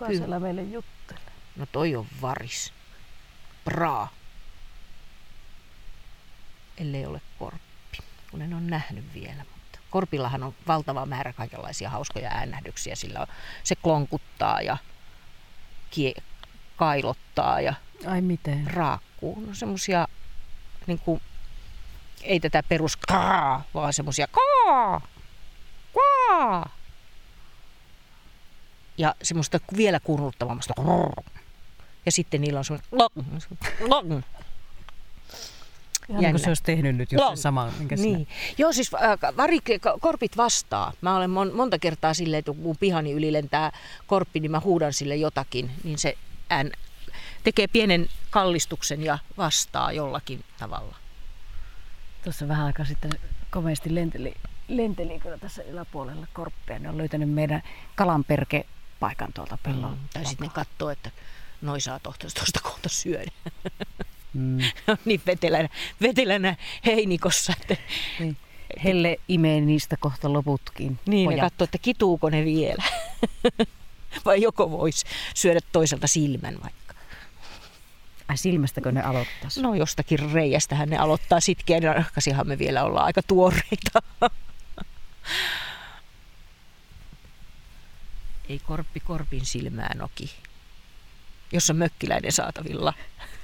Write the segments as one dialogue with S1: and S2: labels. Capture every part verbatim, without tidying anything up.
S1: Kuka Kyllä. siellä meille juttelee?
S2: No toi on varis. Braa. Ellei ole korppi, kun en ole nähnyt vielä. Mutta korpillahan on valtava määrä kaikenlaisia hauskoja äänähdyksiä. Sillä on, se klonkuttaa ja kie, kailottaa ja
S1: Ai miten?
S2: raakkuu. No semmosia, niin kuin, ei tätä perus kaa, vaan semmosia kaa, kaa. Ja semmoista vielä kurnuttavammasta. Ja sitten niillä on semmoinen long.
S1: Ihan niin kuin se olisi tehnyt nyt just se sama, minkä
S2: niin.
S1: sinä.
S2: Joo, siis äh, varik, korpit vastaa. Mä olen mon, monta kertaa silleen, että kun mun pihani yli lentää korppi, niin mä huudan sille jotakin. Niin se ään tekee pienen kallistuksen ja vastaa jollakin tavalla.
S1: Tuossa vähän aikaa sitten komeasti lenteli, lenteli kyllä tässä yläpuolella korppia. Ne on löytänyt meidän kalanperkepaikan tuolta pellolta. Mm,
S2: tai sitten ne katsoo, että noi saa tuosta kohta syödä.
S1: Mm.
S2: on niin vetelänä, vetelänä heinikossa. Että,
S1: niin. Helle imee niistä kohta loputkin.
S2: Niin,
S1: pojat.
S2: ne katsoo, että kituuko ne vielä. Vai joko voisi syödä toiselta silmän vaikka.
S1: Ai silmästäkö ne aloittaisi?
S2: No jostakin reiästähän ne aloittaa sitkeän. Rakkasihan me vielä ollaan aika tuoreita. Ei korppi korpin silmää noki, jos on mökkiläinen saatavilla.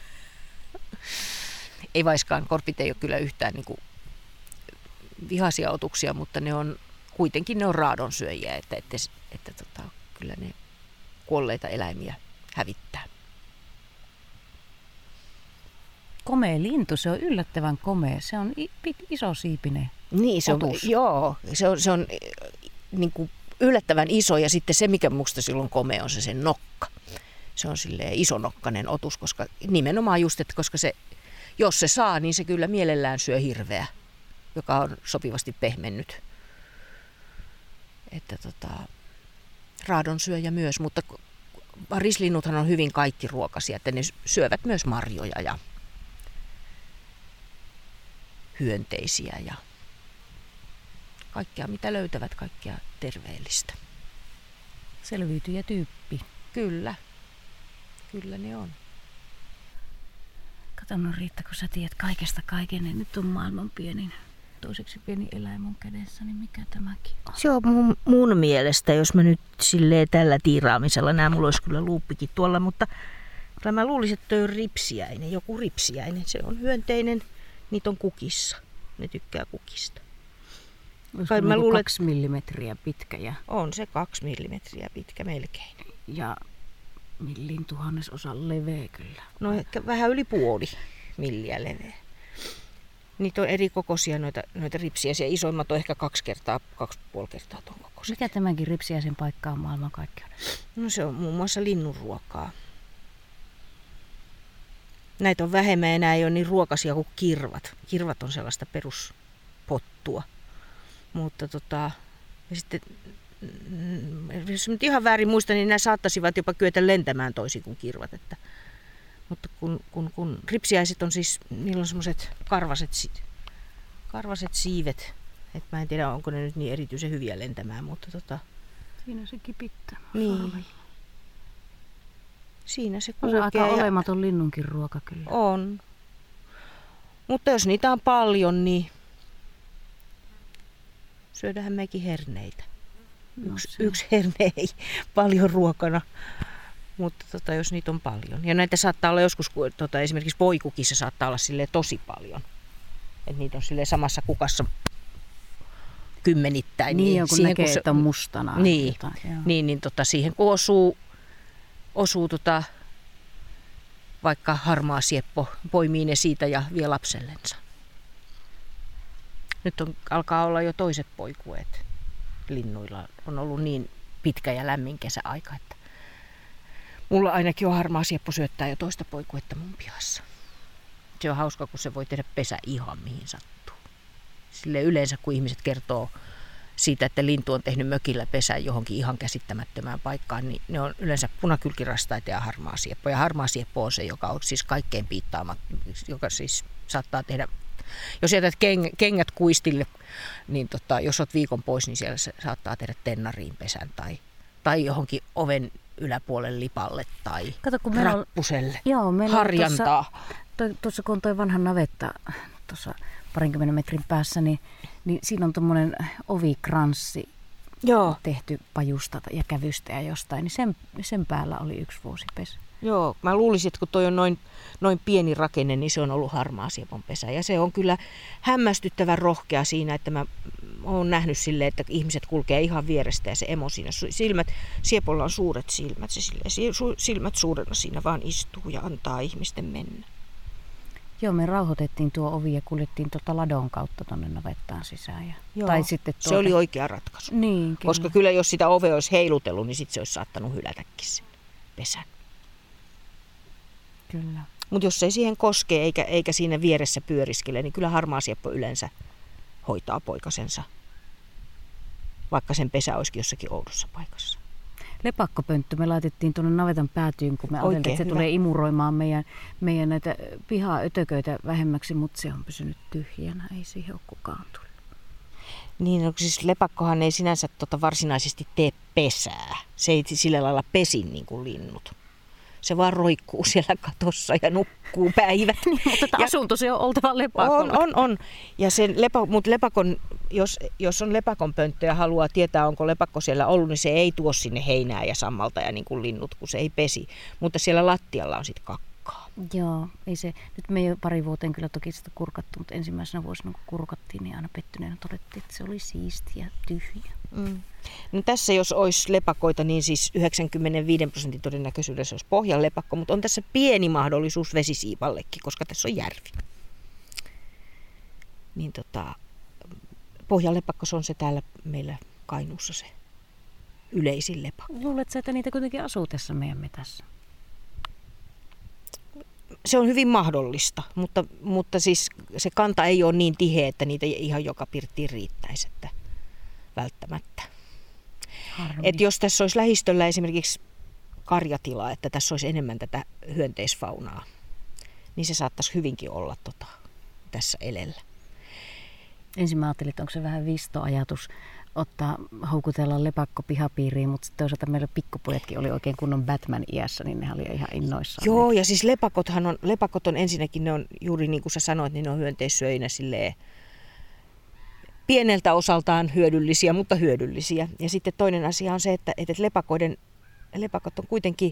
S2: Ei vaiskaan, korpit ei ole kyllä yhtään niin kuin vihaisia otuksia, mutta ne on kuitenkin ne on raadonsyöjiä, että, että, että tota, kyllä ne kuolleita eläimiä hävittää.
S1: Komea lintu, se on yllättävän komea. Se on iso siipinen
S2: Niin, se on,
S1: otus.
S2: joo, se on, se on niin kuin yllättävän iso ja sitten se, mikä musta silloin komea, on se sen nokka. Se on silleen isonokkainen otus, koska nimenomaan just, että koska se, jos se saa, niin se kyllä mielellään syö hirveä, joka on sopivasti pehmennyt. Että tota, raadonsyöjä myös, mutta varislinnuthan on hyvin kaikkiruokaisia, että ne syövät myös marjoja ja hyönteisiä ja kaikkea mitä löytävät, kaikkea terveellistä.
S1: Selviytyjä tyyppi.
S2: Kyllä. Kyllä ne on.
S1: Kato no Riitta, kun sä tiedät kaikesta kaiken, niin nyt on maailman pienin, toiseksi pieni eläin mun kädessä, niin mikä tämäkin on?
S2: Se on mun, mun mielestä, jos mä nyt silleen tällä tiiraamisella, nämä mulla olisi kyllä luuppikin tuolla, mutta kyllä mä luulisin, että toi on ripsiäinen, joku ripsiäinen. Se on hyönteinen, niitä on kukissa. Ne tykkää kukista.
S1: Kai mä luulen, kaksi millimetriä pitkä ja...
S2: On se kaksi millimetriä pitkä melkein.
S1: Ja millin tuhannesosa leveä kyllä.
S2: No ehkä vähän yli puoli milliä leveä. Niitä on eri kokoisia noita, noita ripsiäisiä. Isoimmat on ehkä kaksi kertaa, kaksi puoli kertaa tuon kokoiset.
S1: Mikä tämänkin ripsiäisen paikka on maailmankaikkeudessa?
S2: No se on muun muassa linnunruokaa. Näitä on vähemmän, enää ei ole niin ruokaisia kuin kirvat. Kirvat on sellaista peruspottua. Mutta tota, ja sitten, jos nyt ihan väärin muistan, niin nämä saattaisivat jopa kyetä lentämään toisin kuin kirvat. Että, mutta kun, kun, kun ripsiäiset on siis, niillä on semmoiset karvaset, karvaset siivet. Et mä en tiedä, onko ne nyt niin erityisen hyviä lentämään, mutta tota...
S1: Siinä se kipittää.
S2: Niin. Siinä se
S1: kulkee. On se aika
S2: ja...
S1: olematon linnunkin ruoka kyllä.
S2: On. Mutta jos niitä on paljon, niin syödähän mekin herneitä.
S1: No
S2: Yksi, yksi herne ei paljon ruokana, mutta tota, jos niitä on paljon. Ja näitä saattaa olla joskus, tota, esimerkiksi voikukissa saattaa olla silleen tosi paljon. Et niitä on silleen samassa kukassa kymmenittäin.
S1: Niin,
S2: niin
S1: kun
S2: siihen,
S1: näkee,
S2: kun se,
S1: että on mustana.
S2: Niin,
S1: jotain,
S2: niin, niin tota, siihen kun osuu, osuu tota, vaikka harmaa sieppo, poimii ne siitä ja vie lapsellensa. Nyt on, alkaa olla jo toiset poikueet linnuilla. On ollut niin pitkä ja lämmin kesäaika, että mulla ainakin on harmaa sieppo syöttää jo toista poikuetta mun pihassa. Se on hauska, kun se voi tehdä pesä ihan mihin sattuu. Sille yleensä, kun ihmiset kertoo siitä, että lintu on tehnyt mökillä pesän johonkin ihan käsittämättömään paikkaan, niin ne on yleensä punakylkirastaita ja harmaa sieppo. Ja harmaa sieppo on se, joka on siis kaikkein piittaamat, joka siis saattaa tehdä. Jos jätät kengät kuistille, niin tota, jos olet viikon pois, niin siellä se saattaa tehdä tennariin pesän tai, tai johonkin oven yläpuolen lipalle tai
S1: Kato, kun meillä
S2: rappuselle.
S1: On, joo, meillä
S2: harjantaa.
S1: Tuossa kun on toi vanha navetta tuossa parinkymmenen metrin päässä, niin, niin siinä on tuommoinen ovikranssi
S2: joo.
S1: tehty pajusta ja kävystä ja jostain, niin sen, sen päällä oli yksi vuosipesä.
S2: Joo, mä luulisin, että kun toi on noin, noin pieni rakenne, niin se on ollut harmaasieponpesä. Ja se on kyllä hämmästyttävän rohkea siinä, että mä oon nähnyt silleen, että ihmiset kulkee ihan vierestä ja se emo siinä. Silmät, siepolla on suuret silmät, se silleen, silmät suurena siinä vaan istuu ja antaa ihmisten mennä.
S1: Joo, me rauhoitettiin tuo ovi ja kuljettiin tuota ladon kautta tuonne navettaan sisään. Ja,
S2: Joo,
S1: tai sitten tuota...
S2: se oli oikea ratkaisu.
S1: Niin, kyllä.
S2: Koska kyllä jos sitä ovea olisi heilutellut, niin sitten se olisi saattanut hylätäkin sen pesän.
S1: Kyllä.
S2: Mutta jos ei siihen koske eikä, eikä siinä vieressä pyöriskele, niin kyllä harmaasieppo yleensä hoitaa poikasensa, vaikka sen pesä olisikin jossakin oudossa paikassa.
S1: Lepakkopönttö me laitettiin tuonne navetan päätyyn, kun me ajattelin, että se
S2: hyvä.
S1: tulee imuroimaan meidän, meidän näitä pihaötököitä vähemmäksi, mutta se on pysynyt tyhjänä, ei siihen ole kukaan tullut.
S2: Niin, no, siis lepakkohan ei sinänsä tota varsinaisesti tee pesää. Se ei sillä lailla pesi niin kuin linnut. Se vaan roikkuu siellä katossa ja nukkuu päivät.
S1: Niin, mutta ja asunto se on oltava lepakolla.
S2: On, on, on. Ja sen lepa, mutta lepakon, jos, jos on lepakon pönttö ja haluaa tietää, onko lepakko siellä ollut, niin se ei tuo sinne heinää ja sammalta ja niin kuin linnut, kun se ei pesi. Mutta siellä lattialla on sitten kakkaa.
S1: Joo, ei se. Nyt me ei ole pari vuoteen kyllä toki sitä kurkattu, mutta ensimmäisenä vuosina kun kurkattiin, niin aina pettyneenä todettiin, että se oli siistiä ja tyhjä.
S2: Mm. No tässä jos olisi lepakoita, niin siis yhdeksänkymmentäviisi prosentin todennäköisyydessä olisi pohjan lepakko, mutta on tässä pieni mahdollisuus vesisiipallekin, koska tässä on järvi. Niin tota, pohjan lepakko se on se täällä meillä Kainuussa se yleisin lepakko.
S1: Luuletko sä, että niitä kuitenkin asuu tässä meidän metässä?
S2: Se on hyvin mahdollista, mutta, mutta siis se kanta ei ole niin tiheä, että niitä ihan joka pirttiin riittäisi, että välttämättä. Et jos tässä olisi lähistöllä esimerkiksi karjatila, että tässä olisi enemmän tätä hyönteisfaunaa, niin se saattaisi hyvinkin olla tota, tässä elellä. Ensin
S1: mä ajattelin, että onko se vähän vistoajatus ottaa, houkutella lepakko pihapiiriin, mutta toisaalta meillä pikkupojatkin oli oikein kunnon Batman-iässä, niin ne oli ihan innoissaan.
S2: Joo, ja siis lepakothan on, lepakot on ensinnäkin, ne on juuri niin kuin sä sanoit, niin ne on hyönteissyöinä silleen pieneltä osaltaan hyödyllisiä, mutta hyödyllisiä. Ja sitten toinen asia on se, että, että lepakoiden, lepakot on kuitenkin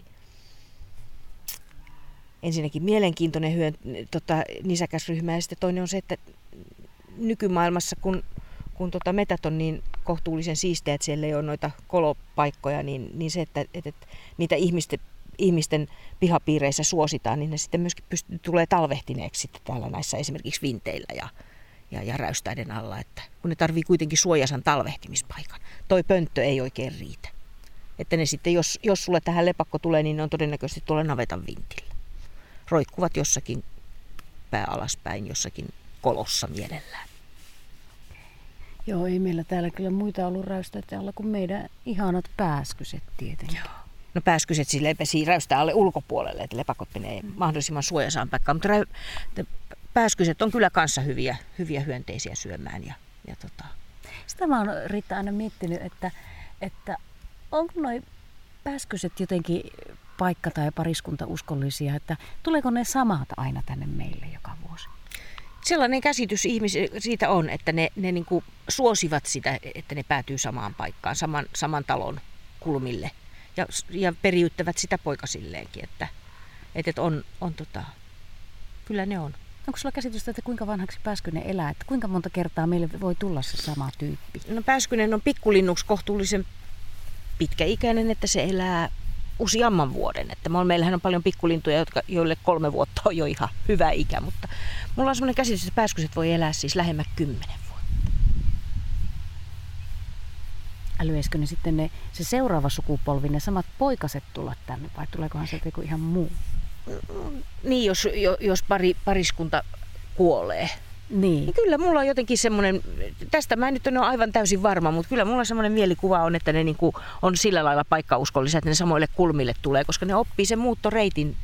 S2: ensinnäkin mielenkiintoinen hyön, tota, nisäkäsryhmä, ja sitten toinen on se, että nykymaailmassa, kun, kun tota metät on niin kohtuullisen siistejä, että siellä ei ole noita kolopaikkoja, niin, niin se, että, että niitä ihmisten, ihmisten pihapiireissä suositaan, niin ne sitten myöskin pystyy, tulee talvehtineeksi sitten täällä näissä esimerkiksi vinteillä ja Ja, ja räystäiden alla, että kun ne tarvii kuitenkin suojasan talvehtimispaikan. Toi pönttö ei oikein riitä. Että ne sitten, jos, jos sulle tähän lepakko tulee, niin ne on todennäköisesti tuolla navetan vintillä. Roikkuvat jossakin pää alaspäin, jossakin kolossa mielellään.
S1: Joo, ei meillä täällä kyllä muita ollut räystäitä alla kuin meidän ihanat pääskyset tietenkin.
S2: Joo. No pääskyset silleen pesii räystää alle ulkopuolelle, että lepakot menee mm. mahdollisimman suojasaan paikkaan, mutta räy... pääskyset on kyllä kanssa hyviä, hyviä hyönteisiä syömään. Ja, ja tota.
S1: Sitä mä oon Riitta aina miettinyt, että, että onko noi pääskyset jotenkin paikka- tai pariskunta uskollisia, että tuleeko ne samat aina tänne meille joka vuosi?
S2: Sellainen käsitys ihmis- siitä on, että ne, ne niinku suosivat sitä, että ne päätyy samaan paikkaan, saman, saman talon kulmille ja, ja periyttävät sitä poikasilleenkin, että, että on, on tota, kyllä ne on.
S1: Onko sulla käsitystä, että kuinka vanhaksi pääskynen elää? Että kuinka monta kertaa meille voi tulla se sama tyyppi?
S2: No pääskynen on pikkulinnuksi kohtuullisen pitkäikäinen, että se elää useamman vuoden. Että meillähän on paljon pikkulintuja, jotka, joille kolme vuotta on jo ihan hyvä ikä, mutta mulla on sellainen käsitys, että pääskyset voi elää siis lähemmä kymmenen vuotta.
S1: Älyisikö ne sitten ne, se seuraava sukupolvi, ne samat poikaset tulla tänne vai tuleekohan sieltä joku ihan muu?
S2: Niin, jos, jos pari, pariskunta kuolee.
S1: Niin.
S2: niin. Kyllä mulla on jotenkin semmoinen, tästä mä en nyt ole aivan täysin varma, mutta kyllä mulla semmoinen mielikuva on, että ne niinku on sillä lailla paikkauskolliset, että ne samoille kulmille tulee, koska ne oppii sen muuttoreitin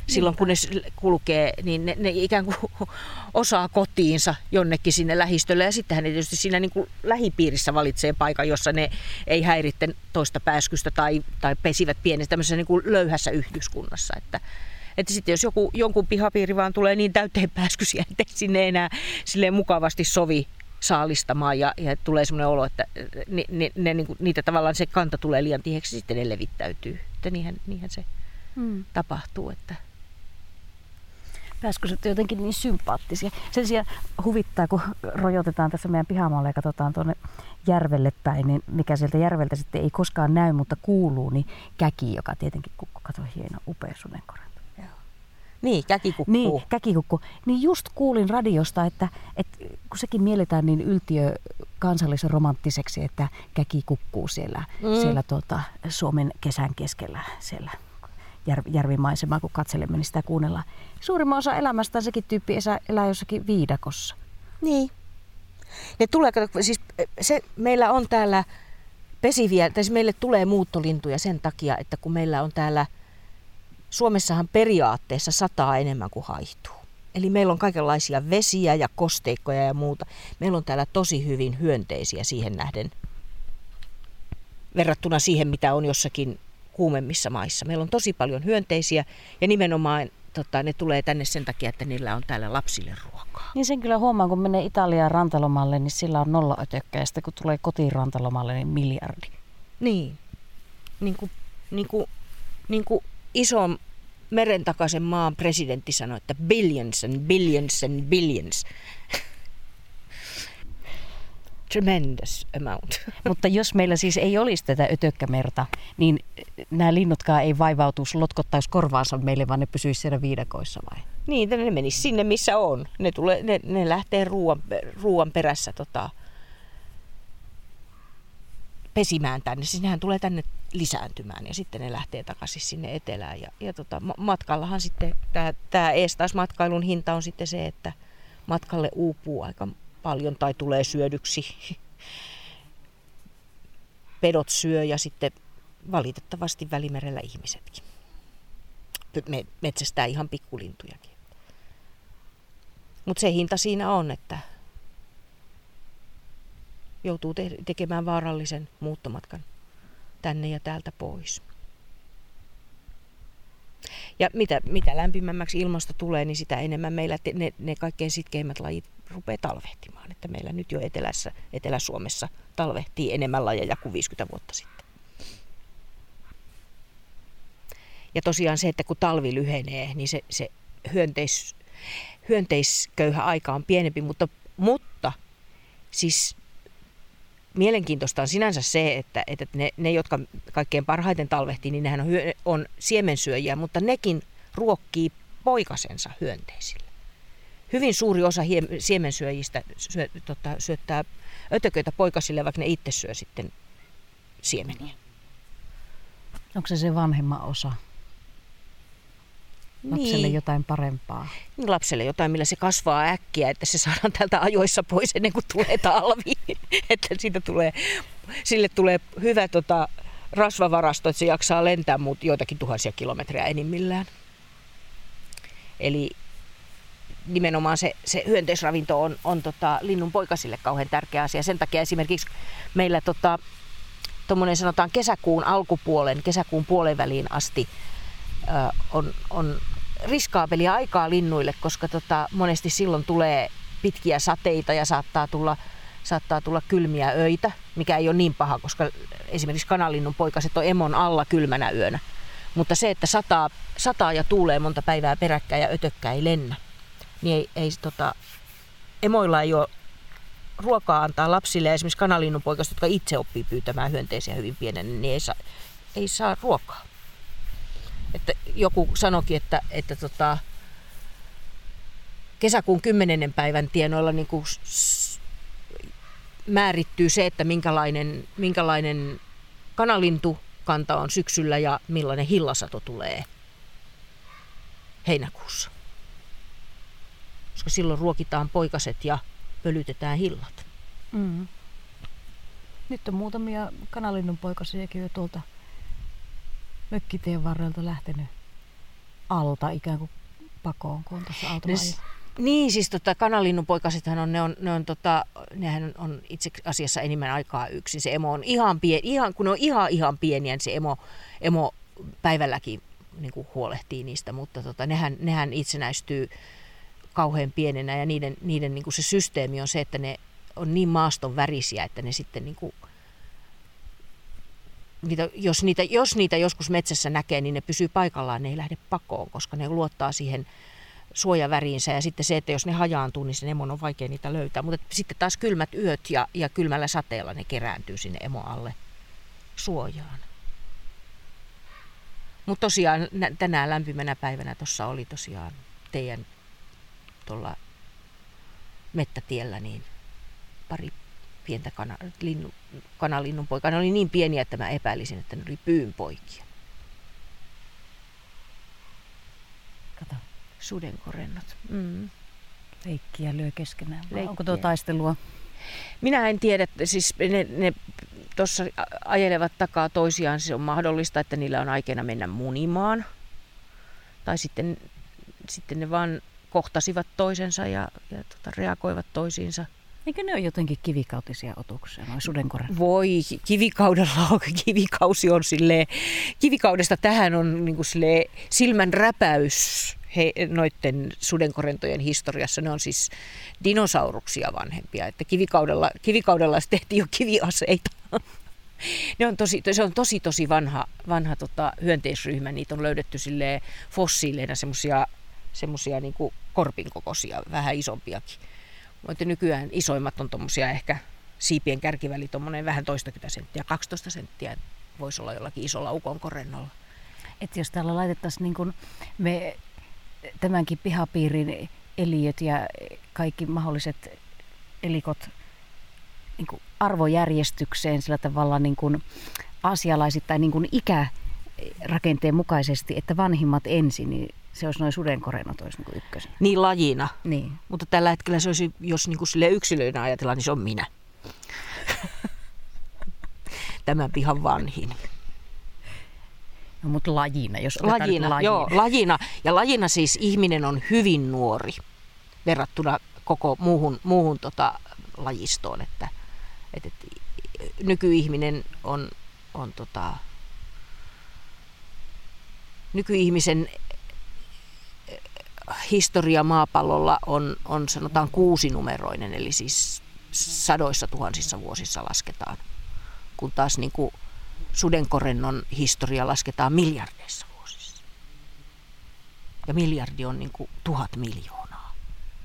S2: silloin kun ne kulkee, niin ne, ne ikään kuin osaa kotiinsa jonnekin sinne lähistölle. Ja sittenhän ne tietysti siinä niin kuin lähipiirissä valitsee paikan, jossa ne ei häiritte toista pääskystä tai, tai pesivät pienessä tämmöisessä niin kuin löyhässä yhdyskunnassa. Että, että sitten jos joku, jonkun pihapiiri vaan tulee niin täyteen pääskysiä, että sinne enää silleen mukavasti sovi saalistamaan ja, ja tulee semmoinen olo, että ne, ne, ne, niin kuin, niitä tavallaan se kanta tulee liian tiheäksi, sitten ne levittäytyy. Että niinhän, niinhän se hmm. tapahtuu. Että
S1: pääskyset jotenkin niin sympaattisia. Sen sijaan huvittaa, kun rojotetaan tässä meidän pihamaalla ja katsotaan tuonne järvelle päin, niin mikä sieltä järveltä sitten ei koskaan näy, mutta kuuluu, niin käki, joka tietenkin kukko, kato hieno, upea sunenkorento.
S2: Niin, käki kukkuu.
S1: Niin, käki kukkuu. Niin just kuulin radiosta, että, että kun sekin mielletään niin yltiö kansallisen romanttiseksi, että käki kukkuu siellä, mm. siellä tuota, Suomen kesän keskellä siellä järvimaisemaa, kun katselemme, niin sitä kuunnellaan. Suurimman osa elämästään sekin tyyppi elää jossakin viidakossa.
S2: Niin. Ne tulee, siis se, meillä on täällä pesiviä, tai siis meille tulee muuttolintuja sen takia, että kun meillä on täällä, Suomessahan periaatteessa sataa enemmän kuin haihtuu. Eli meillä on kaikenlaisia vesiä ja kosteikkoja ja muuta. Meillä on täällä tosi hyvin hyönteisiä siihen nähden, verrattuna siihen, mitä on jossakin kuumemmissa maissa. Meillä on tosi paljon hyönteisiä ja nimenomaan tota, ne tulee tänne sen takia, että niillä on täällä lapsille ruokaa.
S1: Niin sen kyllä huomaan, kun menee Italiaan rantalomalle, niin sillä on nolla ötökkä ja sitten kun tulee kotiin rantalomalle, niin miljardi.
S2: Niin. Niin kuin, niin kuin, niin kuin ison meren takaisen maan presidentti sanoi, että billions and billions and billions. Tremendous amount.
S1: Mutta jos meillä siis ei olisi tätä ötökkämerta, niin nämä linnutkaan ei vaivautuisi, lotkottaisi korvaansa meille, vaan ne pysyisi siellä viidakoissa vai?
S2: Niin, ne menisivät sinne, missä on. Ne, tulee, ne, ne lähtee ruoan, ruoan perässä tota, pesimään tänne. Siis nehän tulee tänne lisääntymään ja sitten ne lähtee takaisin sinne etelään. Ja, ja tota, matkallahan sitten, tämä eestaismatkailun hinta on sitten se, että matkalle uupuu aika paljon tai tulee syödyksi. Pedot syö ja sitten valitettavasti Välimerellä ihmisetkin. Me metsästää ihan pikkulintujakin. Mutta se hinta siinä on, että joutuu te- tekemään vaarallisen muuttomatkan tänne ja täältä pois. Ja mitä, mitä lämpimämmäksi ilmasto tulee, niin sitä enemmän meillä te- ne, ne kaikkein sitkeimmät lajit rupeaa talvehtimaan. Että meillä nyt jo etelässä, Etelä-Suomessa talvehtii enemmän lajeja kuin viisikymmentä vuotta sitten. Ja tosiaan se, että kun talvi lyhenee, niin se, se hyönteis, hyönteisköyhä aika on pienempi, mutta, mutta siis mielenkiintoista on sinänsä se, että, että ne, ne, jotka kaikkein parhaiten talvehtii, niin nehän on, on siemensyöjiä, mutta nekin ruokkii poikasensa hyönteisillä. Hyvin suuri osa hie, siemensyöjistä syö, tota, syöttää ötököitä poikasille, vaikka ne itse syö sitten siemeniä.
S1: Onko se se vanhemman osa? Lapselle niin. Jotain parempaa.
S2: Lapselle jotain, millä se kasvaa äkkiä, että se saadaan täältä ajoissa pois ennen kuin tulee talvi. Että siitä tulee, sille tulee hyvä tota, rasvavarasto, että se jaksaa lentää muut joitakin tuhansia kilometriä enimmillään. Eli nimenomaan se, se hyönteisravinto on, on tota, linnun poikasille kauhean tärkeä asia. Sen takia esimerkiksi meillä tota, tuommoinen sanotaan kesäkuun alkupuolen, kesäkuun puolen väliin asti ö, on, on riskaapelia aikaa linnuille, koska tota, monesti silloin tulee pitkiä sateita ja saattaa tulla, saattaa tulla kylmiä öitä, mikä ei ole niin paha, koska esimerkiksi kanalinnun poikaset on emon alla kylmänä yönä. Mutta se, että sataa, sataa ja tuulee monta päivää peräkkäin ja ötökkä ei lennä, niin ei, ei, tota, emoilla ei ole ruokaa antaa lapsille. Ja esimerkiksi kanalinnun poikaset, jotka itse oppii pyytämään hyönteisiä hyvin pienenä, niin ei saa, ei saa ruokaa. Että joku sanoikin, että, että tota, kesäkuun kymmenennen päivän tienoilla niin kuin s- määrittyy se, että minkälainen, minkälainen kanalintukanta on syksyllä ja millainen hillasato tulee heinäkuussa. Koska silloin ruokitaan poikaset ja pölytetään hillat.
S1: Mm. Nyt on muutamia kanalinnun poikasiakin jo tuolta mökkitien varrelta lähtenyt alta ikään kuin pakoon, kun on tuossa Aaltomaalla?
S2: Niin, siis tota, kanalinnunpoikasethan on, ne on, ne on, tota, nehän on itse asiassa enemmän aikaa yksin. Se emo on ihan pieni, ihan, kun ne on ihan, ihan pieniä, niin se emo, emo päivälläkin niin kuin huolehtii niistä, mutta tota, nehän, nehän itsenäistyy kauhean pienenä ja niiden, niiden niin kuin se systeemi on se, että ne on niin maaston värisiä, että ne sitten niin kuin, niitä, jos, niitä, jos niitä joskus metsässä näkee, niin ne pysyy paikallaan, ne ei lähde pakoon, koska ne luottaa siihen suojaväriinsä ja sitten se, että jos ne hajaantuu, niin sen emon on vaikea niitä löytää. Mutta sitten taas kylmät yöt ja, ja kylmällä sateella ne kerääntyy sinne emon alle suojaan. Mutta tosiaan tänään lämpimänä päivänä tuossa oli tosiaan teidän tuolla mettätiellä niin pari pientä kana, linnu, kanalinnunpoikaa. Ne oli niin pieniä, että mä epäilisin, että ne oli pyynpoikia.
S1: Kato.
S2: Sudenkorennot. Mm.
S1: Leikkiä lyö keskenään.
S2: Leikkiä.
S1: Onko tuo taistelua?
S2: Minä en tiedä, siis ne, ne tuossa ajelevat takaa toisiaan. Se on mahdollista, että niillä on aikeena mennä munimaan. Tai sitten, sitten ne vaan kohtasivat toisensa ja, ja tota, reagoivat toisiinsa.
S1: Eikö ne ole jotenkin kivikautisia otuksia, noin sudenkorennot?
S2: Voi, kivikaudella on, kivikausi on silleen, kivikaudesta tähän on niin kuin silleen silmän räpäys he, noitten sudenkorentojen historiassa. Ne on siis dinosauruksia vanhempia, että kivikaudella, kivikaudella tehtiin jo kiviaseita. Ne on tosi, se on tosi tosi vanha, vanha tota, hyönteisryhmä, niitä on löydetty silleen fossiileina semmoisia semmoisia niin kuin korpin kokoisia, vähän isompiakin. Mutta nykyään isoimmat on tuommoisia ehkä siipien kärkiväli, tuommoinen vähän toistakymmentä senttiä, kaksitoista senttiä voisi olla jollakin isolla ukonkorennolla.
S1: Että jos täällä laitettaisiin niin kuin me tämänkin pihapiirin eliöt ja kaikki mahdolliset elikot niin kuin arvojärjestykseen sillä tavalla niin kuin aasialaisittain niin kuin ikärakenteen mukaisesti, että vanhimmat ensin, niin se olisi noin sudenkorennot olisi niin kuin ykkösenä.
S2: Niin lajina.
S1: Niin.
S2: Mutta tällä hetkellä se olisi, jos niin kuin sille yksilöinä ajatellaan, niin se on minä. Tämän pihan vanhin.
S1: No, mutta lajina, jos
S2: lajina,
S1: lajina.
S2: Joo, lajina. Ja lajina siis ihminen on hyvin nuori verrattuna koko muuhun, muuhun tota lajistoon. Että, että, että nykyihminen on, on tota, nykyihmisen historia maapallolla on, on sanotaan kuusinumeroinen, eli siis sadoissa tuhansissa vuosissa lasketaan, kun taas niin kuin sudenkorennon historia lasketaan miljardeissa vuosissa. Ja miljardi on niin kuin tuhat miljoonaa.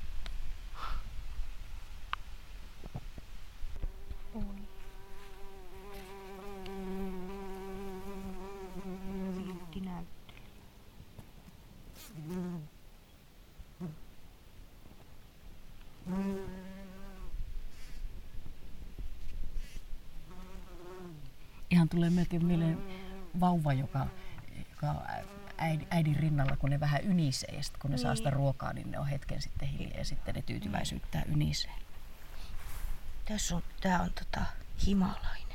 S1: Ihan tulee melkein mieleen vauva, joka, joka äidin, äidin rinnalla, kun ne vähän ynisee. Ja sitten kun ne niin saa sitä ruokaa, niin ne on hetken sitten hiljaa ja sitten ne tyytyväisyyttää ynisee.
S2: Tässä on, tää on tota himalainen.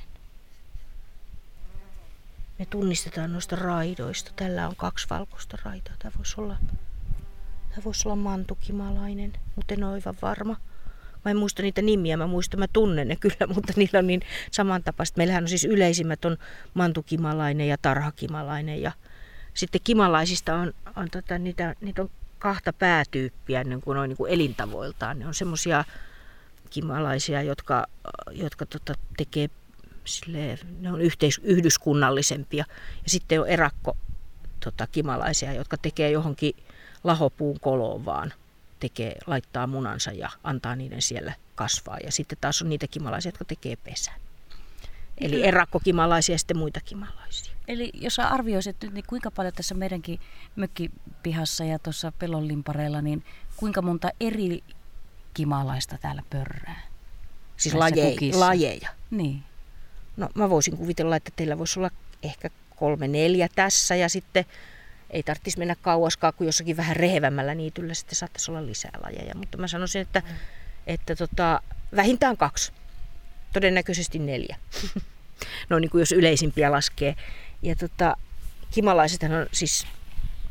S2: Me tunnistetaan noista raidoista. Tällä on kaksi valkoista raitaa. Tämä voisi olla, tämä voisi olla mantukimalainen, mutta en ole aivan varma. Mä en muista niitä nimiä, mä muistan, mä tunnen ne kyllä, mutta niillä on niin samantapaiset. Meillähän on siis yleisimmät on mantukimalainen ja tarhakimalainen. Ja sitten kimalaisista on, on tota, niitä, niitä on kahta päätyyppiä niin kuin, niin kuin elintavoiltaan. Ne on semmoisia kimalaisia, jotka, jotka tota, tekee silleen, ne on yhteis, yhdyskunnallisempia. Ja sitten on erakko tota, kimalaisia, jotka tekee johonkin lahopuun koloon vaan. Tekee, laittaa munansa ja antaa niiden siellä kasvaa. Ja sitten taas on niitä kimalaisia, jotka tekee pesän. Eli erakkokimalaisia ja sitten muita kimalaisia.
S1: Eli jos sä arvioisit nyt, niin kuinka paljon tässä meidänkin mökkipihassa ja tuossa pellonlimpareilla, niin kuinka monta eri kimalaista täällä pörrää?
S2: Siis lajeja, lajeja?
S1: Niin.
S2: No mä voisin kuvitella, että teillä voisi olla ehkä kolme, neljä tässä ja sitten ei tarvitsisi mennä kauaskaan, kun jossakin vähän rehevämmällä niityllä sitten saattaisi olla lisää lajeja. Mutta mä sanoisin, että, mm. että tota, vähintään kaksi. Todennäköisesti neljä. No niin kuin jos yleisimpiä laskee. Ja tota, kimalaisethan on siis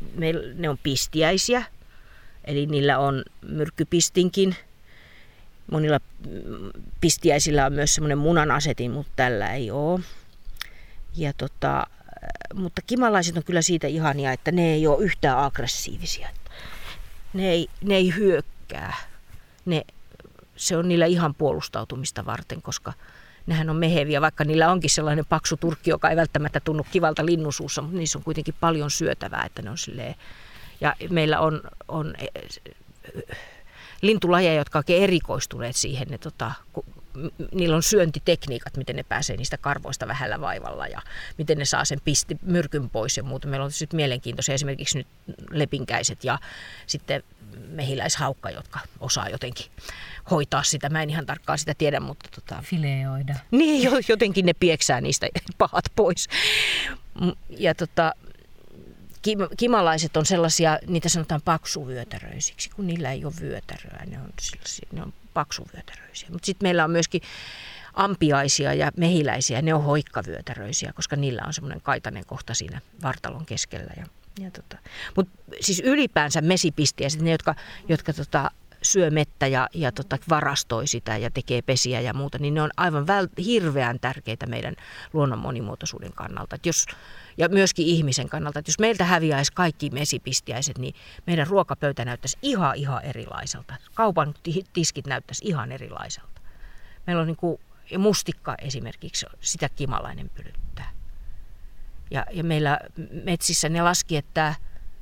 S2: meillä, ne on pistiäisiä, eli niillä on myrkkypistinkin. Monilla pistiäisillä on myös semmoinen munanasetin, mutta tällä ei ole. Ja tota, mutta kimalaiset on kyllä siitä ihania, että ne ei ole yhtään aggressiivisia. Ne ei, ne ei hyökkää. Ne, se on niillä ihan puolustautumista varten, koska nehän on meheviä, vaikka niillä onkin sellainen paksu turkki, joka ei välttämättä tunnu kivalta linnunsuussa, mutta niissä on kuitenkin paljon syötävää, että ne on silleen. Ja meillä on, on lintulajeja, jotka ovat erikoistuneet siihen, ne, tota, ku, niillä on syöntitekniikat, miten ne pääsee niistä karvoista vähällä vaivalla ja miten ne saa sen pisti, myrkyn pois ja muuta. Meillä on sitten mielenkiintoisia esimerkiksi nyt lepinkäiset ja sitten mehiläishaukka, jotka osaa jotenkin hoitaa sitä. Mä en ihan tarkkaan sitä tiedä, mutta... Tota,
S1: fileoida.
S2: Niin, jotenkin ne pieksää niistä pahat pois. Ja tota, kimalaiset on sellaisia, niitä sanotaan paksuvyötäröisiksi, kun niillä ei ole vyötäröä. Ne on, ne on paksuvyötäröisiä. Mutta sitten meillä on myöskin ampiaisia ja mehiläisiä, ne on hoikkavyötäröisiä, koska niillä on semmoinen kaitainen kohta siinä vartalon keskellä. Ja, ja tota. Mutta siis ylipäänsä mesipistiäiset, ne jotka, jotka tota, syö mettä ja, ja tota, varastoi sitä ja tekee pesiä ja muuta, niin ne on aivan vält- hirveän tärkeitä meidän luonnon monimuotoisuuden kannalta. Et jos, ja myöskin ihmisen kannalta, että jos meiltä häviäisi kaikki mesipistiäiset, niin meidän ruokapöytä näyttäisi ihan, ihan erilaiselta. Kaupan tiskit näyttäisi ihan erilaiselta. Meillä on niin kuin, ja mustikka esimerkiksi, sitä kimalainen pölyttää. Ja, ja meillä metsissä ne laski, että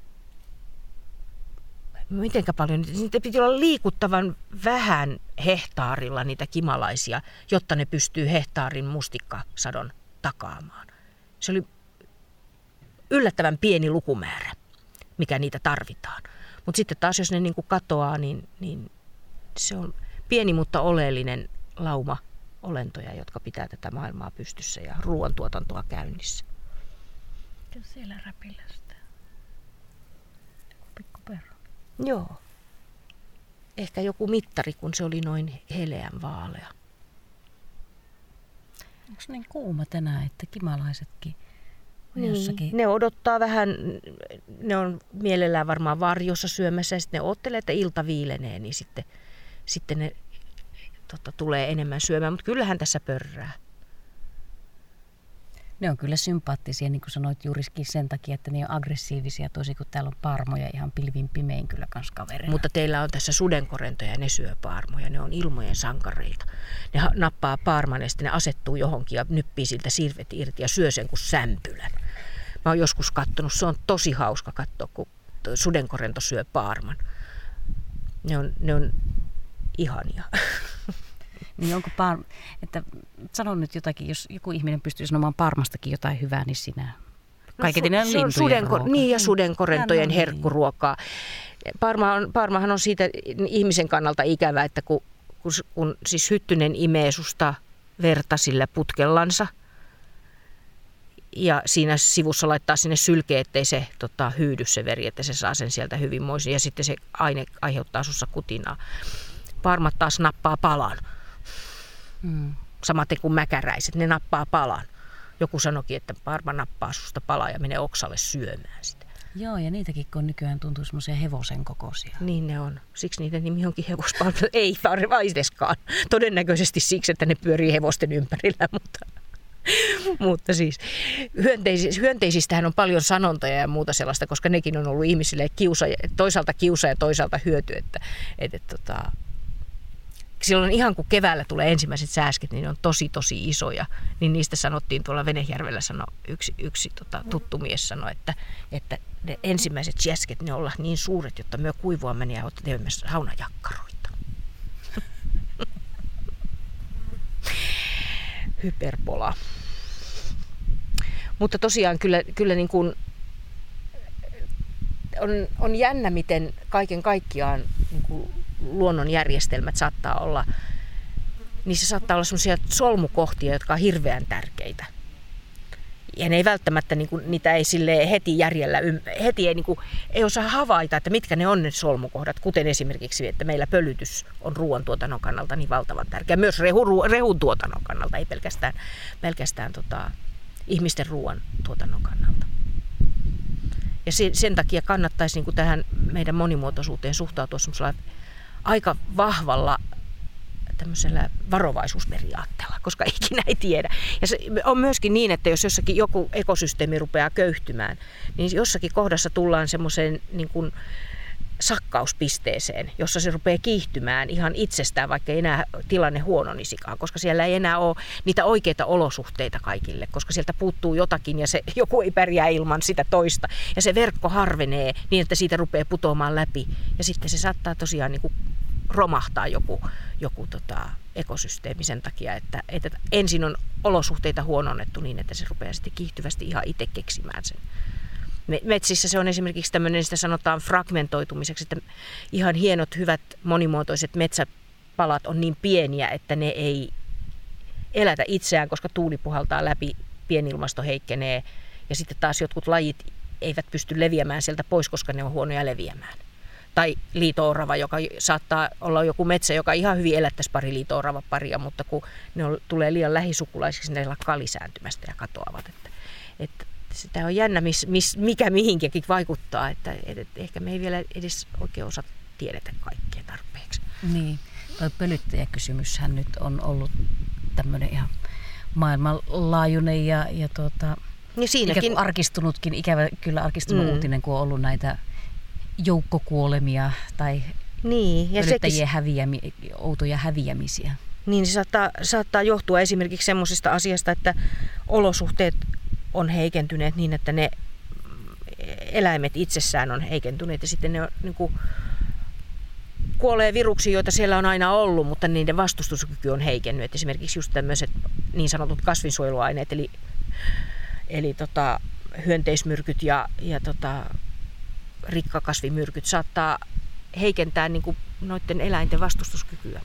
S2: mitenkä paljon, niitä piti olla liikuttavan vähän hehtaarilla niitä kimalaisia, jotta ne pystyy hehtaarin mustikkasadon takaamaan. Se oli yllättävän pieni lukumäärä, mikä niitä tarvitaan. Mutta sitten taas, jos ne niinku katoaa, niin, niin se on pieni, mutta oleellinen lauma olentoja, jotka pitää tätä maailmaa pystyssä ja ruoantuotantoa käynnissä.
S1: Mikä siellä räpillä sitä? Pikku perro.
S2: Joo. Ehkä joku mittari, kun se oli noin heleän vaalea.
S1: Onko niin kuuma tänään, että kimalaisetkin on
S2: niin,
S1: jossakin?
S2: Ne odottaa vähän, ne on mielellään varmaan varjossa syömässä ja sitten ne odottelee, että ilta viilenee, niin sitten, sitten ne tota, tulee enemmän syömään. Mutta kyllähän tässä pörrää.
S1: Ne on kyllä sympaattisia, niin kuin sanoit juurikin sen takia, että ne on aggressiivisia, tosi kun täällä on paarmoja ihan pilvin pimein kyllä kans kavereina.
S2: Mutta teillä on tässä sudenkorentoja ja ne syö paarmoja, ne on ilmojen sankareita. Ne nappaa paarman ja sitten ne asettuu johonkin ja nyppii siltä sirvet irti ja syö sen kuin sämpylän. Mä oon joskus kattonut, se on tosi hauska katsoa, kun sudenkorento syö paarman. Ne on, ne on ihania.
S1: Niin onko par... että sanon nyt jotakin, jos joku ihminen pystyy sanomaan parmastakin jotain hyvää, niin sinä. Kaiketi ne on lintujen
S2: sudenko...
S1: ruoka.
S2: Niin ja sudenkorentojen
S1: no,
S2: herkkuruokaa. Parma on, parmahan on siitä ihmisen kannalta ikävä, että kun, kun, kun siis hyttynen imee susta verta sillä putkellansa ja siinä sivussa laittaa sinne sylkeä, ettei se tota, hyydy se veri, että se saa sen sieltä hyvin moisin ja sitten se aine aiheuttaa sussa kutinaa. Parmat taas nappaa palan. Hmm. Samaten kuin mäkäräiset, ne nappaa palan. Joku sanoikin, että parma nappaa susta palaa ja menee oksalle syömään sitä.
S1: Joo, ja niitäkin kun nykyään tuntuu semmoisia hevosen kokoisia.
S2: Niin ne on. Siksi niiden nimi onkin hevospalvelu. Ei vaideskaan. Todennäköisesti siksi, että ne pyörii hevosten ympärillä, mutta, mutta siis hyönteisistä, hyönteisistähän on paljon sanontoja ja muuta sellaista, koska nekin on ollut ihmisille kiusa, toisaalta kiusa ja toisaalta hyöty, että, että, että, että silloin ihan kun keväällä tulee ensimmäiset sääsket, niin ne on tosi tosi isoja. Niin niistä sanottiin tuolla Venäjärvellä, sano, yksi, yksi tota, tuttu mies sanoi, että, että ne ensimmäiset sääsket ne olla niin suuret, jotta me kuivua meni ja teemme saunajakkaroita. Hyperbola. Mutta tosiaan kyllä, kyllä niin kuin on, on jännä, miten kaiken kaikkiaan niin kuin luonnon järjestelmät saattaa olla, niissä saattaa olla sellaisia solmukohtia, jotka on hirveän tärkeitä. Ja ne ei välttämättä, niin kuin, niitä ei sille heti järjellä, heti ei, niin kuin, ei osaa havaita, että mitkä ne on ne solmukohdat, kuten esimerkiksi, että meillä pölytys on ruoantuotannon kannalta niin valtavan tärkeä. Myös rehu, rehun tuotannon kannalta, ei pelkästään, pelkästään tota, ihmisten ruoantuotannon kannalta. Ja sen, sen takia kannattaisi niin kuin tähän meidän monimuotoisuuteen suhtautua semmoisella aika vahvalla tämmöisellä varovaisuusperiaatteella, koska ikinä ei tiedä. Ja se on myöskin niin, että jos jossakin joku ekosysteemi rupeaa köyhtymään, niin jossakin kohdassa tullaan semmoiseen niin kuin sakkauspisteeseen, jossa se rupeaa kiihtymään ihan itsestään, vaikka ei enää tilanne huononisikaan, koska siellä ei enää ole niitä oikeita olosuhteita kaikille, koska sieltä puuttuu jotakin ja se joku ei pärjää ilman sitä toista. Ja se verkko harvenee niin, että siitä rupeaa putoamaan läpi ja sitten se saattaa tosiaan niin kuin romahtaa joku, joku tota, ekosysteemi sen takia, että, että ensin on olosuhteita huononnettu niin, että se rupeaa sitten kiihtyvästi ihan itse keksimään sen. Metsissä se on esimerkiksi tämmöinen, sitä sanotaan fragmentoitumiseksi, että ihan hienot, hyvät, monimuotoiset metsäpalat on niin pieniä, että ne ei elätä itseään, koska tuuli puhaltaa läpi, pienilmasto heikkenee ja sitten taas jotkut lajit eivät pysty leviämään sieltä pois, koska ne on huonoja leviämään. Tai liito-orava, joka saattaa olla joku metsä, joka ihan hyvin elättäisi pari liito-orava paria, mutta kun ne on, tulee liian lähisukulaisiksi, ne alkaa lisääntymästä ja katoavat. Että, että sitä on jännä, mis, mis, mikä mihinkin vaikuttaa, että, että ehkä me ei vielä edes oikein osaa tiedetä kaikkea tarpeeksi.
S1: Niin, tuo pölyttäjäkysymyshän nyt on ollut tämmöinen ihan maailmanlaajuinen ja, ja tuota,
S2: ja siinäkin
S1: arkistunutkin, ikävä kyllä arkistunut mm. uutinen, kun on ollut näitä joukkokuolemia tai
S2: niin, ja
S1: pölyttäjien
S2: sekin
S1: häviämi, outoja häviämisiä.
S2: Niin se saattaa, saattaa johtua esimerkiksi semmoisesta asiasta, että olosuhteet on heikentyneet niin, että ne eläimet itsessään on heikentyneet ja sitten ne on, niin kuin, kuolee viruksiin, joita siellä on aina ollut, mutta niiden vastustuskyky on heikennyt. Et esimerkiksi just tämmöiset niin sanotut kasvinsuojeluaineet, eli, eli tota, hyönteismyrkyt ja, ja tota, rikkakasvimyrkyt saattaa heikentää niin kuin noiden eläinten vastustuskykyä.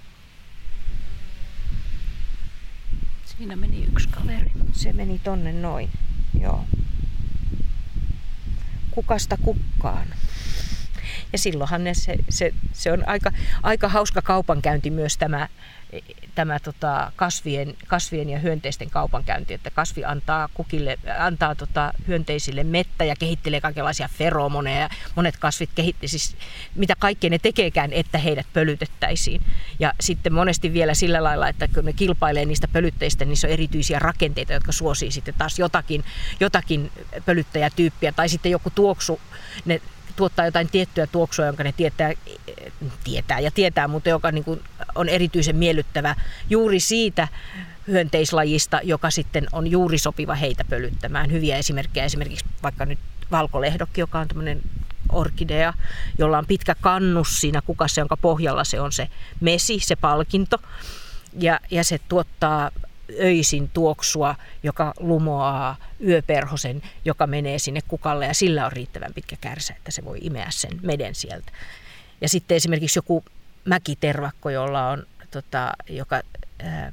S1: Siinä meni yksi kaveri.
S2: Se meni tonne noin, joo. Kukasta kukkaan. Ja silloinhan ne, se, se, se on aika, aika hauska kaupankäynti myös tämä, tämä tota kasvien, kasvien ja hyönteisten kaupankäynti, että kasvi antaa, kukille, antaa tota hyönteisille mettä ja kehittelee kaikenlaisia feromoneja. Monet kasvit kehitti siis, mitä kaikkea ne tekeekään, että heidät pölytettäisiin. Ja sitten monesti vielä sillä lailla, että kun ne kilpailee niistä pölytteistä, niin se on erityisiä rakenteita, jotka suosii sitten taas jotakin, jotakin pölyttäjätyyppiä tai sitten joku tuoksu, ne tuottaa jotain tiettyä tuoksua, jonka ne tietää, tietää ja tietää, mutta joka niin kuin on erityisen miellyttävä juuri siitä hyönteislajista, joka sitten on juuri sopiva heitä pölyttämään. Hyviä esimerkkejä esimerkiksi vaikka nyt valkolehdokki, joka on tämmöinen orkidea, jolla on pitkä kannus siinä kukassa, jonka pohjalla se on se mesi, se palkinto. Ja, ja se tuottaa öisin tuoksua, joka lumoaa yöperhosen, joka menee sinne kukalle ja sillä on riittävän pitkä kärsä, että se voi imeä sen meden sieltä. Ja sitten esimerkiksi joku mäkitervakko, jolla on, tota, joka ää,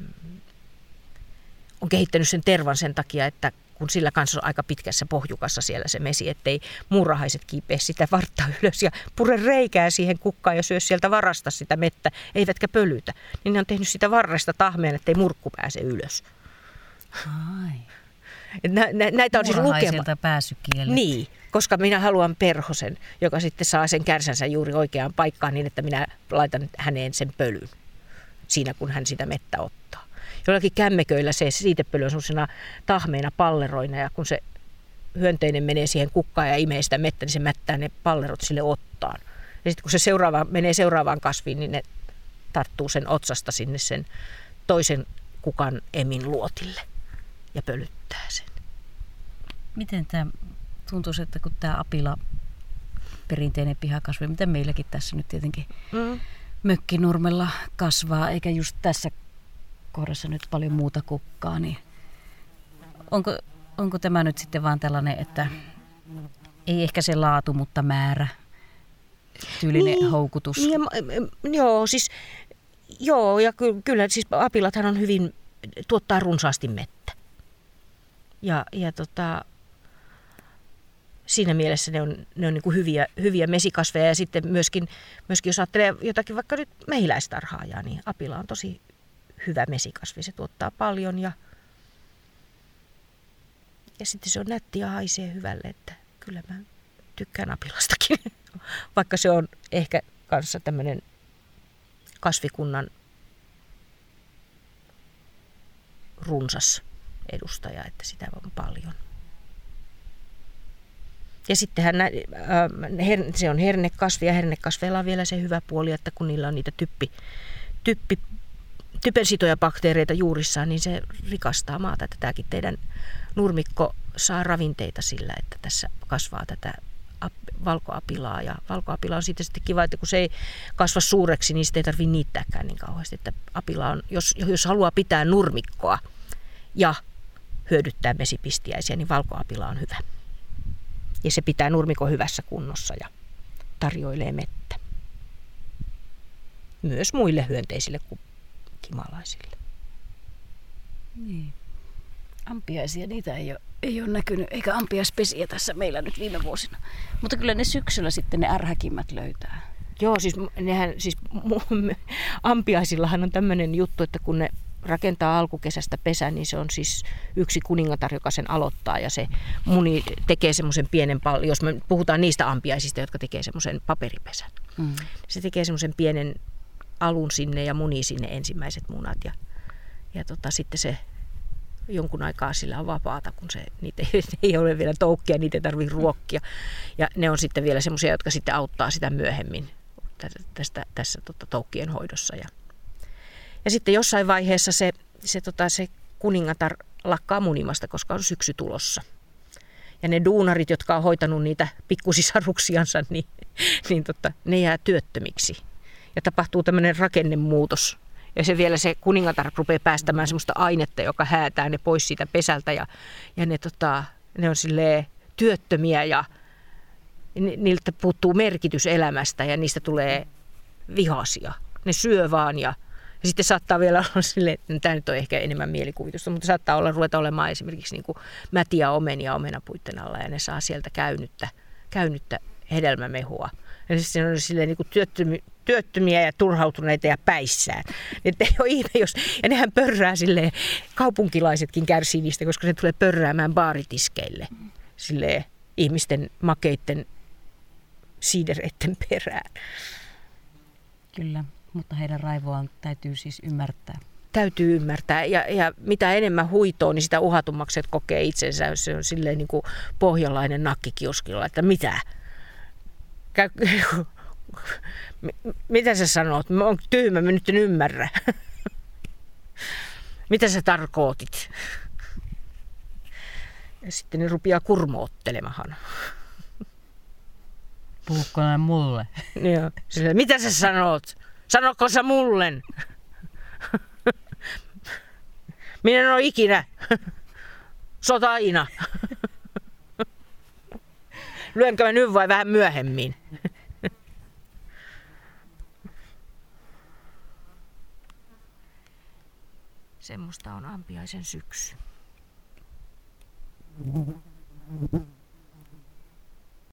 S2: on kehittänyt sen tervan sen takia, että kun sillä kanssa on aika pitkässä pohjukassa siellä se mesi, ettei muurahaiset kiipeä sitä vartta ylös ja pure reikää siihen kukkaan ja syö sieltä varasta sitä mettä, eivätkä pölytä. Niin ne on tehnyt sitä varresta tahmeen, ettei murkku pääse ylös.
S1: Ai.
S2: Nä, nä, näitä on siis lukema.
S1: Muurahaisilta pääsykielet.
S2: Niin, koska minä haluan perhosen, joka sitten saa sen kärsänsä juuri oikeaan paikkaan niin, että minä laitan häneen sen pölyn siinä, kun hän sitä mettä ottaa. Jollakin kämmeköillä se siitepöly on sellaisena tahmeina palleroina ja kun se hyönteinen menee siihen kukkaan ja imee sitä mettä, niin se mättää ne pallerot sille ottaan. Ja sitten kun se seuraava, menee seuraavaan kasviin, niin ne tarttuu sen otsasta sinne sen toisen kukan emin luotille ja pölyttää sen.
S1: Miten tämä tuntuu, että kun tämä apila, perinteinen pihakasvi, mitä meilläkin tässä nyt tietenkin mm. mökkinurmella kasvaa, eikä just tässä kohdassa nyt paljon muuta kukkaa, niin onko, onko tämä nyt sitten vaan tällainen, että ei ehkä se laatu, mutta määrä, tyylinen niin, houkutus?
S2: Niin, joo, siis joo, ja ky, kyllä siis apilathan on hyvin, tuottaa runsaasti mettä. Ja, ja tota, siinä mielessä ne on, ne on niin kuin hyviä, hyviä mesikasveja ja sitten myöskin, myöskin jos ajattelee jotakin vaikka nyt mehiläistarhaajaa, niin apila on tosi hyvä mesikasvi, se tuottaa paljon ja, ja sitten se on nätti ja haisee hyvälle, että kyllä mä tykkään apilastakin, vaikka se on ehkä kanssa tämmöinen kasvikunnan runsas edustaja, että sitä on paljon. Ja sittenhän nä, äh, se on hernekasvi ja hernekasveilla on vielä se hyvä puoli, että kun niillä on niitä typpi, typpi, typensitoja bakteereita juurissaan, niin se rikastaa maata. Että tämäkin teidän nurmikko saa ravinteita sillä, että tässä kasvaa tätä valkoapilaa. Ja valkoapila on siitä sitten kiva, että kun se ei kasva suureksi, niin sitä ei tarvitse niittääkään niin kauheasti. Että apila on, jos, jos haluaa pitää nurmikkoa ja hyödyttää vesipistiäisiä, niin valkoapila on hyvä. Ja se pitää nurmikon hyvässä kunnossa ja tarjoilee mettä. Myös muille hyönteisille kuin kimalaisille.
S1: Niin. Ampiaisia, niitä ei ole, ei ole näkynyt, eikä ampiaispesiä tässä meillä nyt viime vuosina. Mutta kyllä ne syksyllä sitten ne ärhäkimmät löytää.
S2: Joo, siis, nehän, siis ampiaisillahan on tämmöinen juttu, että kun ne rakentaa alkukesästä pesän, niin se on siis yksi kuningatar, joka sen aloittaa ja se muni tekee semmoisen pienen pallon, jos me puhutaan niistä ampiaisista, jotka tekee semmoisen paperipesän. Mm. Se tekee semmoisen pienen alun sinne ja munii sinne ensimmäiset munat ja, ja tota, sitten se jonkun aikaa sillä on vapaata, kun se, niitä ei, ei ole vielä toukkia, niitä ei tarvitse ruokkia. Ja ne on sitten vielä semmoisia, jotka sitten auttaa sitä myöhemmin tästä, tässä tota, toukkien hoidossa. Ja, ja sitten jossain vaiheessa se, se, tota, se kuningatar lakkaa munimasta, koska on syksy tulossa. Ja ne duunarit, jotka on hoitanut niitä pikkusisaruksiansa, niin, niin tota, ne jää työttömiksi. Ja tapahtuu tämmöinen rakennemuutos. Ja se vielä se kuningatar rupeaa päästämään semmoista ainetta, joka häätää ne pois siitä pesältä. Ja, ja ne, tota, ne on silleen työttömiä ja niiltä puuttuu merkitys elämästä ja niistä tulee vihaisia. Ne syö vaan ja, ja sitten saattaa vielä olla silleen, että tämä nyt on ehkä enemmän mielikuvitusta, mutta saattaa olla ruveta olemaan esimerkiksi niin kuin mätiä omenia omenapuitten alla ja ne saa sieltä käynyttä, käynyttä hedelmämehua. Ja sitten on silleen niin kuin työttömiä, työttömiä ja turhautuneita ja päissään. Että ei ole ihme, jos... Ja nehän pörrää silleen, kaupunkilaisetkin kärsii niistä, koska ne tulee pörräämään baaritiskeille. Silleen ihmisten makeitten siidereiden perään.
S1: Kyllä, mutta heidän raivoaan täytyy siis ymmärtää.
S2: Täytyy ymmärtää. Ja, ja mitä enemmän huitoa, niin sitä uhatummaksi kokee itsensä. Se on silleen niin kuin pohjalainen nakkikioskilla, että mitä? Mitä sä sanot? Mä oon tyhmä, mä nyt en ymmärrä. Mitä sä tarkoitit? Ja sitten ne rupeaa kurmoottelemaan.
S1: Puhukko näin mulle?
S2: Joo. Sille, mitä sä sanot? Sanotko sä mullen? Minä en ole ikinä. Sot aina. Lyönkö mä nyt vai vähän myöhemmin? Semmoista on ampiaisen syksy.